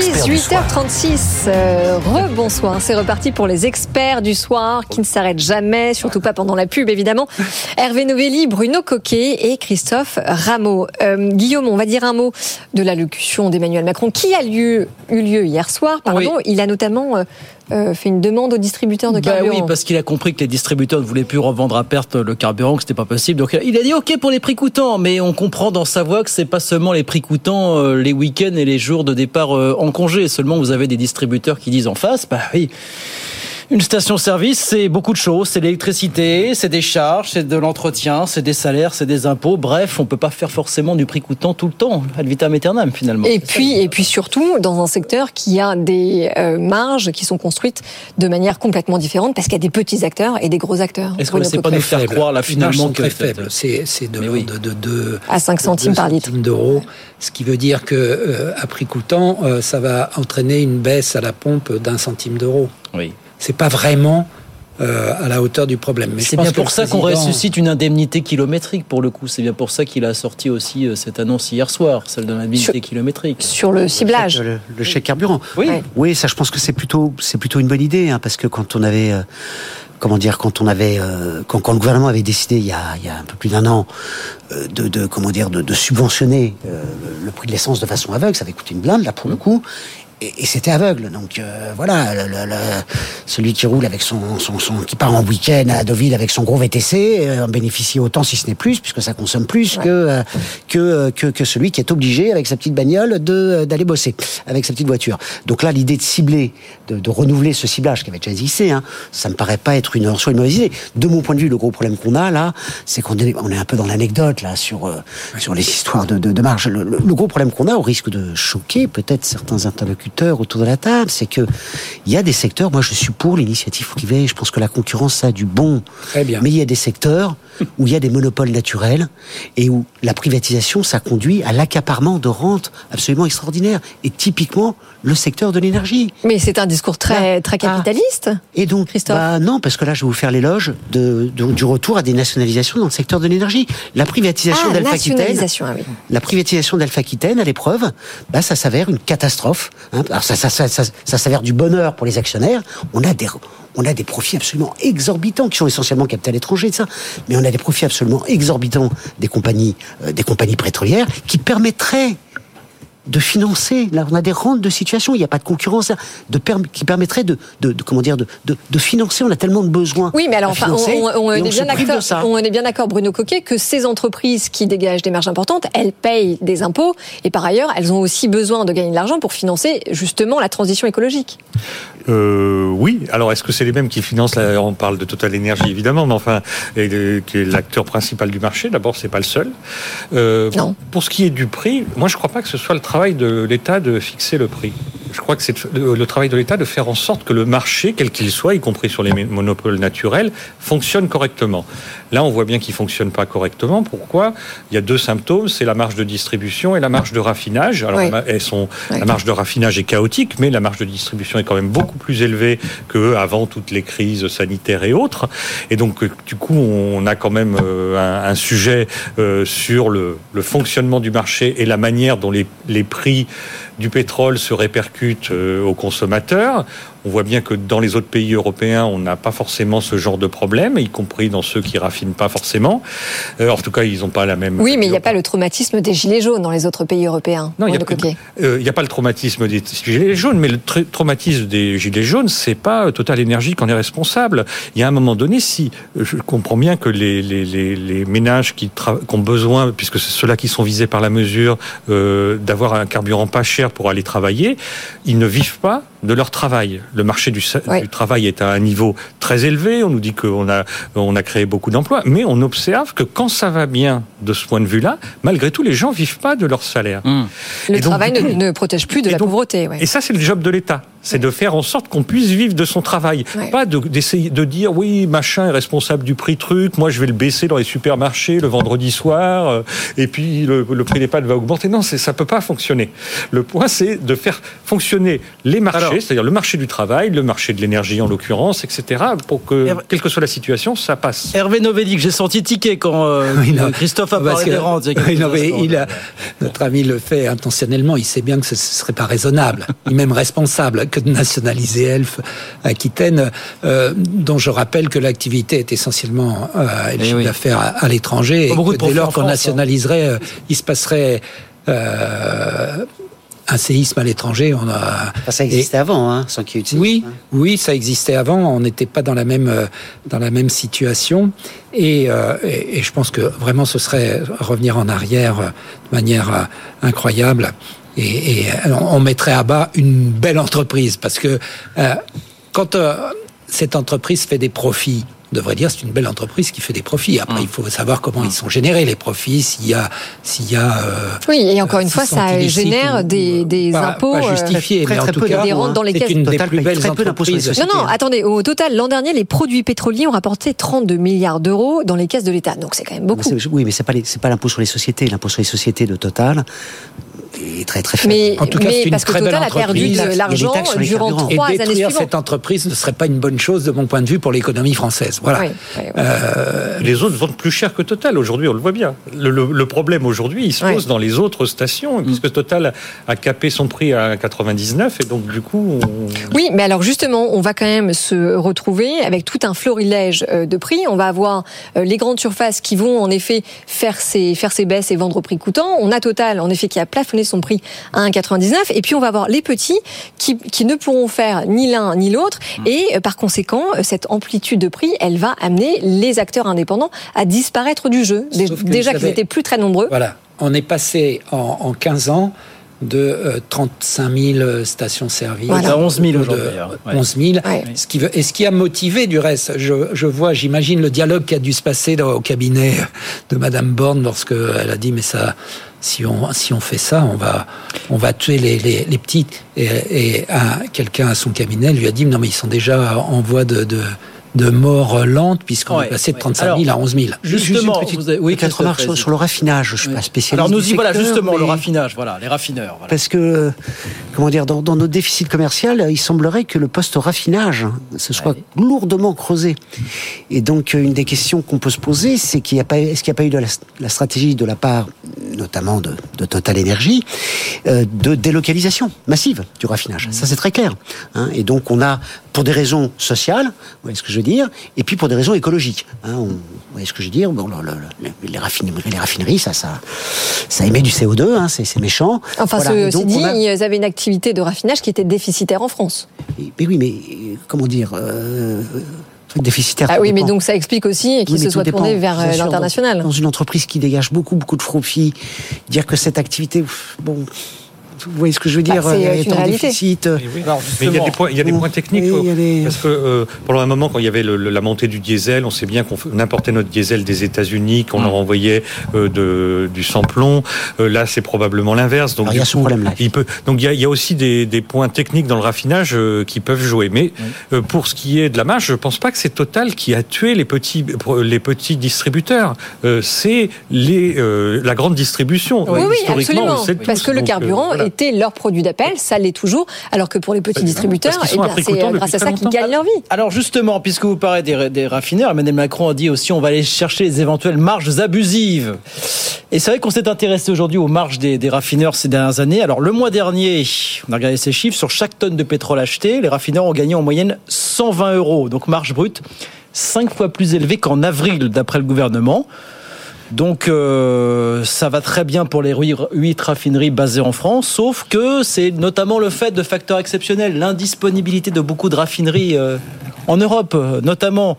18h36, rebonsoir. C'est reparti pour les experts du soir qui ne s'arrêtent jamais, surtout pas pendant la pub évidemment. Hervé Novelli, Bruno Coquet et Christophe Rameau. Guillaume, on va dire un mot de l'allocution d'Emmanuel Macron qui a eu lieu hier soir. Il a notamment fait une demande aux distributeurs de carburant. Oui, parce qu'il a compris que les distributeurs ne voulaient plus revendre à perte le carburant, que c'était pas possible. Donc il a dit OK pour les prix coûtants, mais on comprend dans sa voix que c'est pas seulement les prix coûtants les week-ends et les jours de départ en congé. Seulement vous avez des distributeurs qui disent en face, une station-service, c'est beaucoup de choses. C'est l'électricité, c'est des charges, c'est de l'entretien, c'est des salaires, c'est des impôts. Bref, on peut pas faire forcément du prix coûtant tout le temps, ad vitam aeternam finalement. Et puis surtout, dans un secteur qui a des marges qui sont construites de manière complètement différente, parce qu'il y a des petits acteurs et des gros acteurs. Est-ce qu'on ne sait pas nous faire croire là finalement que très faible. C'est de 2 à 5 centimes par litre d'euros, ce qui veut dire que à prix coûtant, ça va entraîner une baisse à la pompe d'1 centime d'euro. Oui. C'est pas vraiment à la hauteur du problème. Mais c'est bien pour ça qu'on ressuscite une indemnité kilométrique, pour le coup. C'est bien pour ça qu'il a sorti aussi cette annonce hier soir, celle de l'indemnité kilométrique. Sur le ciblage. Le chèque carburant. Oui, ça je pense que c'est plutôt une bonne idée, parce que quand on avait... quand le gouvernement avait décidé il y a un peu plus d'1 an de subventionner le prix de l'essence de façon aveugle, ça avait coûté une blinde là pour le coup. Et c'était aveugle, donc celui qui roule avec qui part en week-end à Deauville avec son gros VTC en bénéficie autant, si ce n'est plus, puisque ça consomme plus que celui qui est obligé avec sa petite bagnole d'aller bosser avec sa petite voiture. Donc là, l'idée de cibler, de renouveler ce ciblage qui avait déjà existé, ça me paraît pas être une mauvaise idée. De mon point de vue, le gros problème qu'on a là, c'est qu'on est un peu dans l'anecdote là sur les histoires de marge. Le gros problème qu'on a, au risque de choquer peut-être certains interlocuteurs interlocuteurs autour de la table, c'est que il y a des secteurs, moi je suis pour l'initiative privée, je pense que la concurrence ça a du bon. Très bien. Mais il y a des secteurs où il y a des monopoles naturels et où la privatisation ça conduit à l'accaparement de rentes absolument extraordinaires. Et typiquement le secteur de l'énergie. Mais c'est un discours très capitaliste. Et donc, Christophe. Non, parce que là, je vais vous faire l'éloge du retour à des nationalisations dans le secteur de l'énergie. La privatisation d'Alpha-Aquitaine, la privatisation d'Alpha-Aquitaine, à l'épreuve, ça s'avère une catastrophe. Alors ça s'avère du bonheur pour les actionnaires. On a des profits absolument exorbitants qui sont essentiellement capital étranger de ça, mais on a des profits absolument exorbitants des compagnies pétrolières qui permettraient de financer. Là, on a des rentes de situation, il n'y a pas de concurrence qui permettrait de financer. On a tellement de besoins. Oui, mais alors, on est bien d'accord, Bruno Coquet, que ces entreprises qui dégagent des marges importantes, elles payent des impôts et par ailleurs, elles ont aussi besoin de gagner de l'argent pour financer justement la transition écologique. Oui. Alors, est-ce que c'est les mêmes qui financent on parle de Total Energy, évidemment, mais enfin, qui est l'acteur principal du marché. D'abord, c'est pas le seul. Non. Pour ce qui est du prix, moi, je crois pas que ce soit le travail de l'État de fixer le prix. Je crois que c'est le travail de l'État de faire en sorte que le marché, quel qu'il soit, y compris sur les monopoles naturels, fonctionne correctement. Là, on voit bien qu'il ne fonctionne pas correctement. Pourquoi ? Il y a deux symptômes, c'est la marge de distribution et la marge de raffinage. Alors, la marge de raffinage est chaotique, mais la marge de distribution est quand même beaucoup plus élevée qu'avant toutes les crises sanitaires et autres. Et donc, du coup, on a quand même un sujet sur le fonctionnement du marché et la manière dont les prix du pétrole se répercutent aux consommateurs. On voit bien que dans les autres pays européens, on n'a pas forcément ce genre de problème, y compris dans ceux qui raffinent pas forcément. En tout cas, ils n'ont pas la même... Oui, mais il n'y a pas le traumatisme des gilets jaunes dans les autres pays européens. Non, il n'y a pas le traumatisme des gilets jaunes, mais le traumatisme des gilets jaunes, c'est pas Total Energy qui en est responsable. Il y a un moment donné, si je comprends bien que les ménages qui ont besoin, puisque c'est ceux-là qui sont visés par la mesure, d'avoir un carburant pas cher pour aller travailler, ils ne vivent pas de leur travail. Le marché du travail est à un niveau très élevé. On nous dit qu'on a créé beaucoup d'emplois, mais on observe que quand ça va bien de ce point de vue-là, malgré tout, les gens vivent pas de leur salaire. Le travail ne protège plus de la pauvreté. Et ça, c'est le job de l'État. C'est de faire en sorte qu'on puisse vivre de son travail. Pas d'essayer de dire, oui, machin est responsable du prix truc, moi je vais le baisser dans les supermarchés le vendredi soir, et puis le prix des pâtes va augmenter. Non, ça peut pas fonctionner. Le point, c'est de faire fonctionner les marchés, c'est-à-dire le marché du travail, le marché de l'énergie en l'occurrence, etc., pour que, quelle que soit la situation, ça passe. Hervé Novelli, j'ai senti tiquer quand Christophe a parlé des rentes. Notre ami le fait intentionnellement, il sait bien que ce ne serait pas raisonnable, ni même responsable, que de nationaliser Elf Aquitaine, dont je rappelle que l'activité est essentiellement le chiffre d'affaires à l'étranger, et que dès lors qu'on nationaliserait, il se passerait un séisme à l'étranger. Ça existait avant, sans qu'il y ait eu de séisme. Oui, ça existait avant. On n'était pas dans la même situation. Et je pense que vraiment, ce serait revenir en arrière de manière incroyable. Et on mettrait à bas une belle entreprise, parce que quand cette entreprise fait des profits, on devrait dire c'est une belle entreprise qui fait des profits. Après, il faut savoir comment ils sont générés, les profits, s'il y a oui, et encore une fois, ça génère des impôts pas justifiés, mais en tout cas, des rentes dans les caisses. C'est une des plus belles entreprises. Non, attendez, au total, l'an dernier, les produits pétroliers ont rapporté 32 milliards d'euros dans les caisses de l'État. Donc c'est quand même beaucoup. Oui, mais c'est pas l'impôt sur les sociétés. L'impôt sur les sociétés de Total est très très faible. En tout cas, c'est une très belle entreprise. Total a perdu de l'argent durant 3 années suivantes. Et détruire cette entreprise ne serait pas une bonne chose de mon point de vue pour l'économie française. Voilà. Les autres vendent plus cher que Total aujourd'hui, on le voit bien. Le problème aujourd'hui, il se pose dans les autres stations, puisque Total a capé son prix à 99, et donc du coup... Oui, mais alors justement, on va quand même se retrouver avec tout un florilège de prix. On va avoir les grandes surfaces qui vont en effet faire ces baisses et vendre au prix coûtant. On a Total, en effet, qui a plafonné son prix à 1,99, et puis on va avoir les petits qui ne pourront faire ni l'un ni l'autre, et par conséquent, cette amplitude de prix, elle va amener les acteurs indépendants à disparaître du jeu. Déjà qu'ils étaient plus très nombreux. Voilà, on est passé en 15 ans de 35 000 stations-service. Voilà. 11 000 aujourd'hui. 11 000. Ouais. Ce qui a motivé, du reste, j'imagine le dialogue qui a dû se passer au cabinet de Madame Borne lorsqu'elle a dit, mais ça... Si on fait ça, on va tuer les petits. Et quelqu'un à son cabinet lui a dit, non mais ils sont déjà en voie de mort lente, puisqu'on est passé de 35 000 à 11 000. Justement, peut-être remarque sur le raffinage, je ne suis pas spécialiste. Alors nous y voilà justement le raffinage, les raffineurs. Voilà. Parce que, dans nos déficits commerciaux, il semblerait que le poste raffinage se soit lourdement creusé. Et donc, une des questions qu'on peut se poser, c'est est-ce qu'il n'y a pas eu de la stratégie de la part, notamment de Total Énergie, de délocalisation massive du raffinage. Ça, c'est très clair. Et donc, on a, pour des raisons sociales, vous voyez ce que je veux dire, et puis pour des raisons écologiques. Vous voyez ce que je veux dire. Bon, les raffineries, ça émet du CO2, c'est méchant. Enfin, voilà. ceci dit, ils avaient une activité de raffinage qui était déficitaire en France. Mais oui, mais comment dire déficitaire. Ah oui, mais donc ça explique aussi qu'ils se soient tournés vers l'international. Dans une entreprise qui dégage beaucoup de profits, dire que cette activité, vous voyez ce que je veux dire, est en déficit. Mais il y a des points techniques. Parce que pendant un moment, quand il y avait la montée du diesel, on sait bien qu'on importait notre diesel des États-Unis, qu'on leur envoyait du sans-plomb. Là, c'est probablement l'inverse. Donc, il y a ce problème-là. Donc, il y a aussi des points techniques dans le raffinage qui peuvent jouer. Mais pour ce qui est de la marge, je ne pense pas que c'est Total qui a tué les petits distributeurs. C'est la grande distribution. Oui, absolument. Parce que le carburant était leur produit d'appel, ça l'est toujours, alors que pour les petits distributeurs, c'est grâce à ça qu'ils gagnent leur vie. Alors justement, puisque vous parlez des raffineurs, Emmanuel Macron a dit aussi on va aller chercher les éventuelles marges abusives. Et c'est vrai qu'on s'est intéressé aujourd'hui aux marges des raffineurs ces dernières années. Alors le mois dernier, on a regardé ces chiffres, sur chaque tonne de pétrole acheté, les raffineurs ont gagné en moyenne 120 €, donc marge brute 5 fois plus élevée qu'en avril d'après le gouvernement. Donc ça va très bien pour les 8 raffineries basées en France, sauf que c'est notamment le fait de facteurs exceptionnels, l'indisponibilité de beaucoup de raffineries en Europe, notamment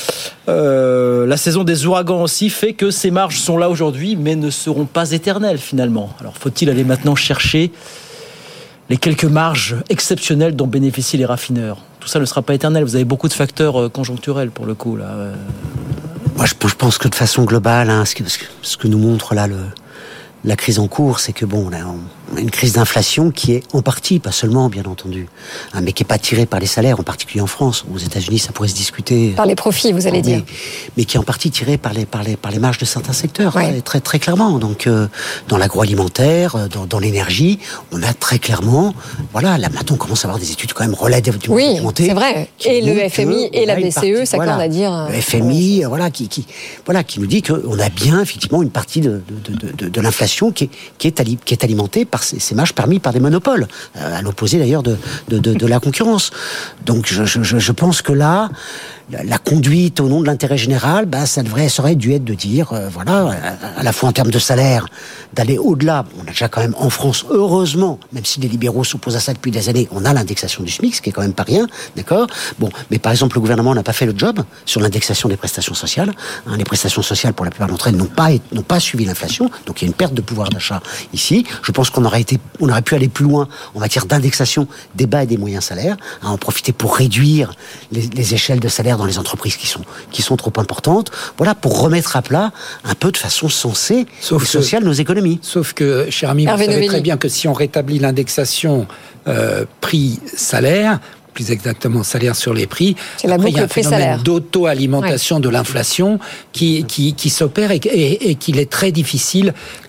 la saison des ouragans aussi fait que ces marges sont là aujourd'hui, mais ne seront pas éternelles finalement. Alors faut-il aller maintenant chercher les quelques marges exceptionnelles dont bénéficient les raffineurs? Tout ça ne sera pas éternel, vous avez beaucoup de facteurs conjoncturels pour le coup là. Moi, je pense que de façon globale, ce que nous montre là la crise en cours, c'est que on a une crise d'inflation qui est en partie, pas seulement bien entendu, mais qui est pas tirée par les salaires, en particulier en France. Aux États-Unis, ça pourrait se discuter par les profits, vous allez dire, mais qui est en partie tirée par les marges de certains secteurs, très très clairement. Donc dans l'agroalimentaire, dans l'énergie, on a très clairement, là maintenant on commence à avoir des études quand même relativement documentées. Oui, c'est vrai. Et le FMI et la BCE s'accordent à dire. Le FMI, qui nous dit qu'on a bien effectivement une partie de l'inflation qui est alimentée par ces marges permis par des monopoles, à l'opposé d'ailleurs de la concurrence. Donc je pense que là, la conduite au nom de l'intérêt général, ça aurait dû être de dire, à la fois en termes de salaire, d'aller au-delà. On a déjà quand même en France, heureusement, même si les libéraux s'opposent à ça depuis des années, on a l'indexation du SMIC, ce qui est quand même pas rien, d'accord ? Mais par exemple, le gouvernement n'a pas fait le job sur l'indexation des prestations sociales. Les prestations sociales, pour la plupart d'entre elles, n'ont pas suivi l'inflation, donc il y a une perte de pouvoir d'achat ici. Je pense qu'on aurait pu aller plus loin en matière d'indexation des bas et des moyens salaires, en profiter pour réduire les échelles de salaire dans les entreprises qui sont trop importantes, pour remettre à plat un peu de façon sensée et sociale nos économies. Sauf que, cher ami, vous savez très bien que si on rétablit l'indexation prix-salaire, plus exactement salaire sur les prix, il y a un phénomène d'auto-alimentation de l'inflation qui s'opère et qu'il est très difficile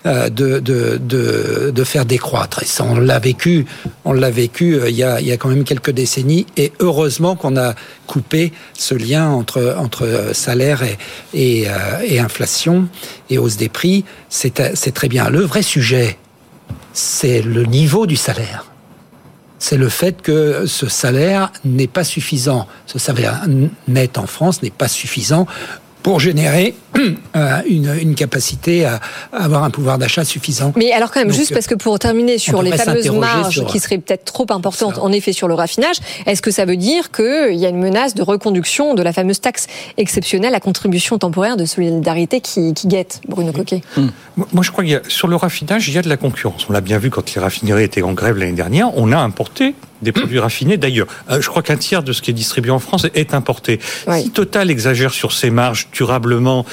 de faire décroître. Et ça, on l'a vécu il y a quand même quelques décennies, et heureusement qu'on a coupé ce lien entre salaire et inflation et hausse des prix. C'est très bien. Le vrai sujet, c'est le niveau du salaire. C'est le fait que ce salaire n'est pas suffisant. Ce salaire net en France n'est pas suffisant pour générer une capacité à avoir un pouvoir d'achat suffisant. Mais alors quand même, Donc, juste parce que pour terminer sur les fameuses marges qui seraient peut-être trop importantes, en effet, sur le raffinage, est-ce que ça veut dire qu'il y a une menace de reconduction de la fameuse taxe exceptionnelle à contribution temporaire de solidarité qui guette, Bruno Coquet? Moi, je crois qu'il y a, sur le raffinage, il y a de la concurrence. On l'a bien vu quand les raffineries étaient en grève l'année dernière. On a importé des produits raffinés. D'ailleurs, je crois qu'un tiers de ce qui est distribué en France est importé. Oui. Si Total exagère sur ses marges durablement,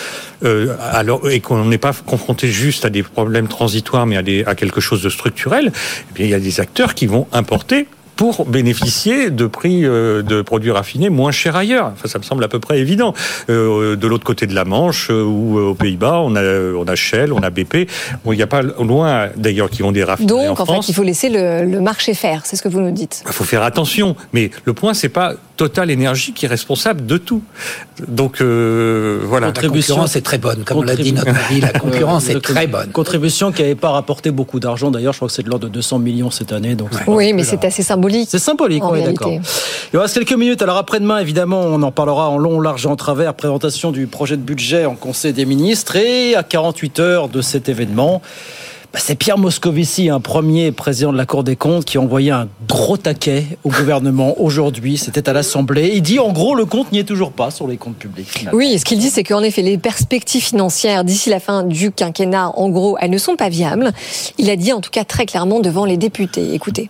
et qu'on n'est pas confronté juste à des problèmes transitoires, mais à quelque chose de structurel, eh bien, il y a des acteurs qui vont importer pour bénéficier de prix de produits raffinés moins chers ailleurs. Enfin, ça me semble à peu près évident. De l'autre côté de la Manche ou aux Pays-Bas, on a Shell, on a BP. Bon, il n'y a pas loin, d'ailleurs, qui ont des raffineries en France. Donc, en fait, il faut laisser le marché faire. C'est ce que vous nous dites. Il faut faire attention. Mais le point, c'est pas Total Énergie qui est responsable de tout. Donc, voilà. La concurrence est très bonne. Comme on l'a dit notre ami, la concurrence est très bonne. Contribution qui n'avait pas rapporté beaucoup d'argent. D'ailleurs, je crois que c'est de l'ordre de 200 millions cette année. Donc oui, mais c'est assez symbolique. C'est symbolique, oui, d'accord. Il reste quelques minutes. Alors après-demain, évidemment, on en parlera en long, large et en travers. Présentation du projet de budget en Conseil des ministres. Et à 48 heures de cet événement, c'est Pierre Moscovici, un premier président de la Cour des comptes, qui a envoyé un gros taquet au gouvernement aujourd'hui. C'était à l'Assemblée. Il dit, en gros, le compte n'y est toujours pas sur les comptes publics. Finalement. Oui, ce qu'il dit, c'est qu'en effet, les perspectives financières d'ici la fin du quinquennat, en gros, elles ne sont pas viables. Il a dit, en tout cas, très clairement devant les députés. Écoutez.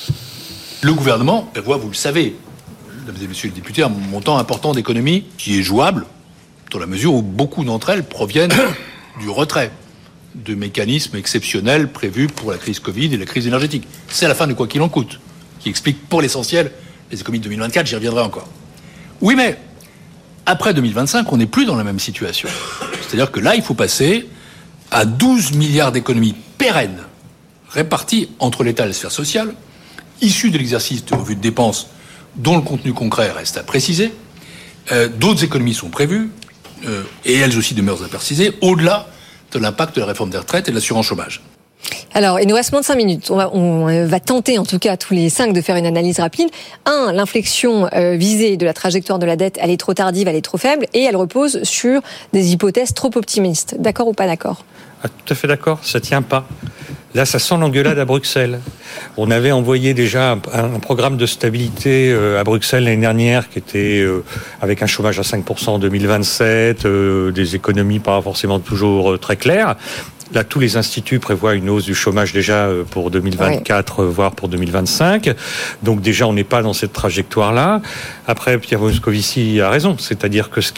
Le gouvernement prévoit, vous le savez, mesdames et messieurs les députés, un montant important d'économies qui est jouable, dans la mesure où beaucoup d'entre elles proviennent du retrait de mécanismes exceptionnels prévus pour la crise Covid et la crise énergétique. C'est la fin du quoi qu'il en coûte, qui explique pour l'essentiel les économies de 2024, j'y reviendrai encore. Oui, mais après 2025, on n'est plus dans la même situation. C'est-à-dire que là, il faut passer à 12 milliards d'économies pérennes, réparties entre l'État et la sphère sociale, issues de l'exercice de revue de dépenses dont le contenu concret reste à préciser. D'autres économies sont prévues, et elles aussi demeurent à préciser, au-delà de l'impact de la réforme des retraites et de l'assurance chômage. Alors, il nous reste moins de 5 minutes. On va tenter, en tout cas, tous les 5, de faire une analyse rapide. 1, l'inflexion visée de la trajectoire de la dette, elle est trop tardive, elle est trop faible, et elle repose sur des hypothèses trop optimistes. D'accord ou pas d'accord ? Tout à fait d'accord, ça tient pas. Là, ça sent l'engueulade à Bruxelles. On avait envoyé déjà un programme de stabilité à Bruxelles l'année dernière qui était avec un chômage à 5% en 2027, des économies pas forcément toujours très claires. Là, tous les instituts prévoient une hausse du chômage déjà pour 2024, voire pour 2025. Donc déjà, on n'est pas dans cette trajectoire-là. Après, Pierre Moscovici a raison. C'est-à-dire que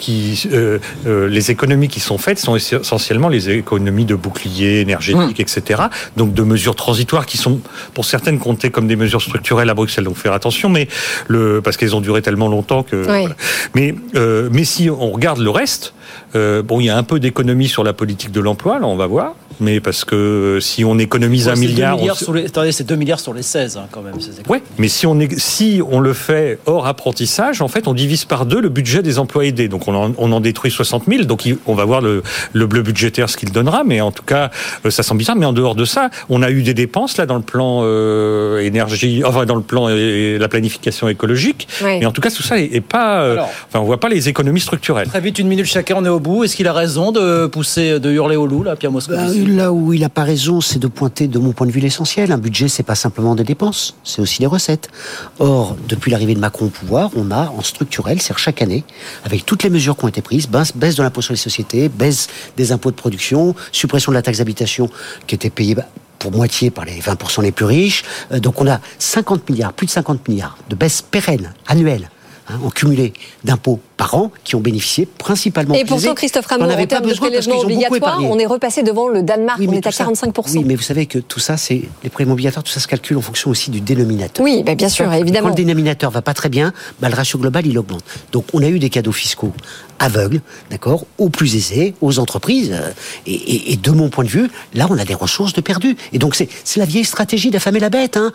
les économies qui sont faites sont essentiellement les économies de bouclier énergétique, etc. Donc de mesures transitoires qui sont, pour certaines, comptées comme des mesures structurelles à Bruxelles. Donc faire attention, mais parce qu'elles ont duré tellement longtemps que... Oui. Voilà. Mais si on regarde le reste, il y a un peu d'économie sur la politique de l'emploi, là, on va voir. Mais parce que si on économise 1 milliard... Attendez, c'est 2 milliards sur les 16, quand même. Oui, mais si on le fait hors apprentissage, en fait, on divise par 2 le budget des emplois aidés. Donc, on en détruit 60 000. Donc, on va voir le bleu budgétaire, ce qu'il donnera. Mais en tout cas, ça semble bizarre. Mais en dehors de ça, on a eu des dépenses, là, dans le plan énergie... Enfin, dans le plan la planification écologique. Oui. Mais en tout cas, tout ça est pas... on voit pas les économies structurelles. Très vite, 1 minute chacun, on est au bout. Est-ce qu'il a raison de hurler au loup, là, Pierre Moscovici ? Là où il n'a pas raison, c'est de pointer, de mon point de vue, l'essentiel. Un budget, c'est pas simplement des dépenses, c'est aussi des recettes. Or, depuis l'arrivée de Macron au pouvoir, on a en structurel, c'est-à-dire chaque année, avec toutes les mesures qui ont été prises, baisse de l'impôt sur les sociétés, baisse des impôts de production, suppression de la taxe d'habitation qui était payée pour moitié par les 20% les plus riches. Donc on a 50 milliards, plus de 50 milliards de baisse pérenne, annuelle, en cumulé d'impôts par an qui ont bénéficié principalement. Et pourtant, Christophe Rameau, en termes de prélèvements obligatoires, on est repassé devant le Danemark, on est à 45%. Oui, mais vous savez que tout ça, c'est les prélèvements obligatoires, tout ça se calcule en fonction aussi du dénominateur. Oui, bien sûr, évidemment. Quand le dénominateur va pas très bien, le ratio global, il augmente. Donc, on a eu des cadeaux fiscaux aveugles, d'accord, aux plus aisés, aux entreprises, et de mon point de vue, là, on a des ressources de perdues. Et donc, c'est la vieille stratégie d'affamer la bête, hein.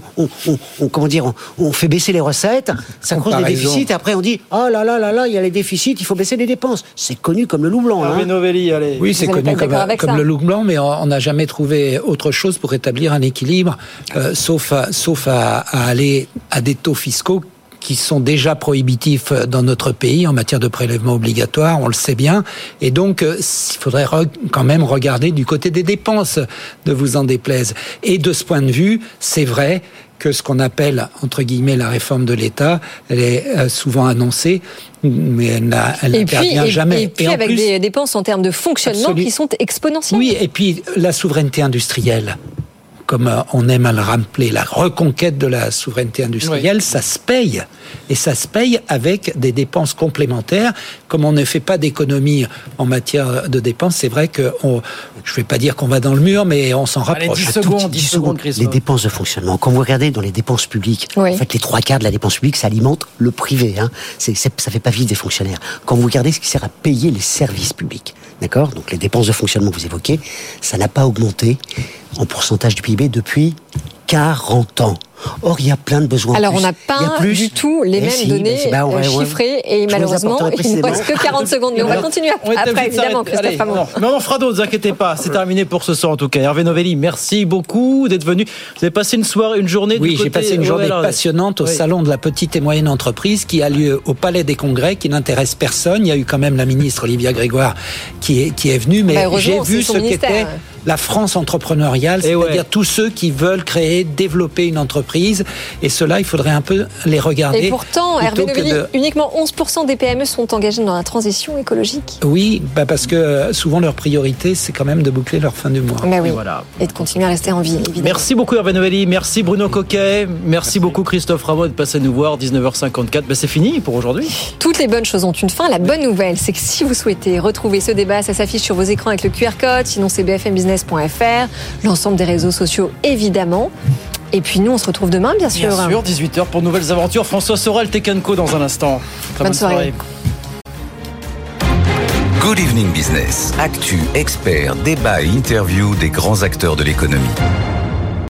On fait baisser les recettes, ça creuse les déficits, et après on dit, oh là là là là, il y a les déficits, il faut baisser les dépenses. C'est connu comme le loup blanc. Novelli, allez. Oui, c'est connu comme le loup blanc, mais on n'a jamais trouvé autre chose pour établir un équilibre, sauf à aller à des taux fiscaux qui sont déjà prohibitifs dans notre pays en matière de prélèvement obligatoire, on le sait bien. Et donc, il faudrait quand même regarder du côté des dépenses, ne vous en déplaise. Et de ce point de vue, c'est vrai que ce qu'on appelle, entre guillemets, la réforme de l'État, elle est souvent annoncée, mais elle n'intervient jamais. Et puis avec des dépenses en termes de fonctionnement qui sont exponentielles. Oui, et puis la souveraineté industrielle, comme on aime à le rappeler, la reconquête de la souveraineté industrielle, ça se paye. Et ça se paye avec des dépenses complémentaires. Comme on ne fait pas d'économie en matière de dépenses, c'est vrai que je ne vais pas dire qu'on va dans le mur, mais on s'en rapproche. 10 secondes, les dépenses de fonctionnement. Quand vous regardez dans les dépenses publiques, en fait, les 3/4 de la dépense publique, ça alimente le privé. Ça fait pas vivre des fonctionnaires. Quand vous regardez ce qui sert à payer les services publics, d'accord ? Donc les dépenses de fonctionnement que vous évoquez, ça n'a pas augmenté en pourcentage du PIB depuis 40 ans. Or, il y a plein de besoins. Alors, on n'a pas du tout les mêmes données chiffrées et malheureusement, il ne reste que 40 secondes. Mais on va continuer après, évidemment, Christophe Ramon. Mais on en fera d'autres, ne vous inquiétez pas. C'est terminé pour ce soir, en tout cas. Hervé Novelli, merci beaucoup d'être venu. Vous avez passé une journée Oui, j'ai passé une journée passionnante au Salon de la petite et moyenne entreprise qui a lieu au Palais des Congrès, qui n'intéresse personne. Il y a eu quand même la ministre Olivia Grégoire qui est venue, mais j'ai vu ce qu'était la France entrepreneuriale, c'est-à-dire tous ceux qui veulent créer, développer une entreprise, et cela, il faudrait un peu les regarder. Et pourtant, Hervé Novelli, uniquement 11% des PME sont engagés dans la transition écologique. Oui, parce que souvent leur priorité, c'est quand même de boucler leur fin du mois. Oui. Et de continuer à rester en vie, évidemment. Merci beaucoup Hervé Novelli, merci Bruno Coquet, merci beaucoup Christophe Ramon de passer nous voir, 19h54. C'est fini pour aujourd'hui. Toutes les bonnes choses ont une fin. La bonne nouvelle, c'est que si vous souhaitez retrouver ce débat, ça s'affiche sur vos écrans avec le QR code, sinon c'est bfmbusiness.fr, l'ensemble des réseaux sociaux évidemment. Et puis nous on se retrouve demain bien sûr. Bien sûr, 18h pour nouvelles aventures. François Sorel, Tech & Co dans un instant. Très bonne soirée. Good Evening Business. Actu, experts, débat et interview des grands acteurs de l'économie.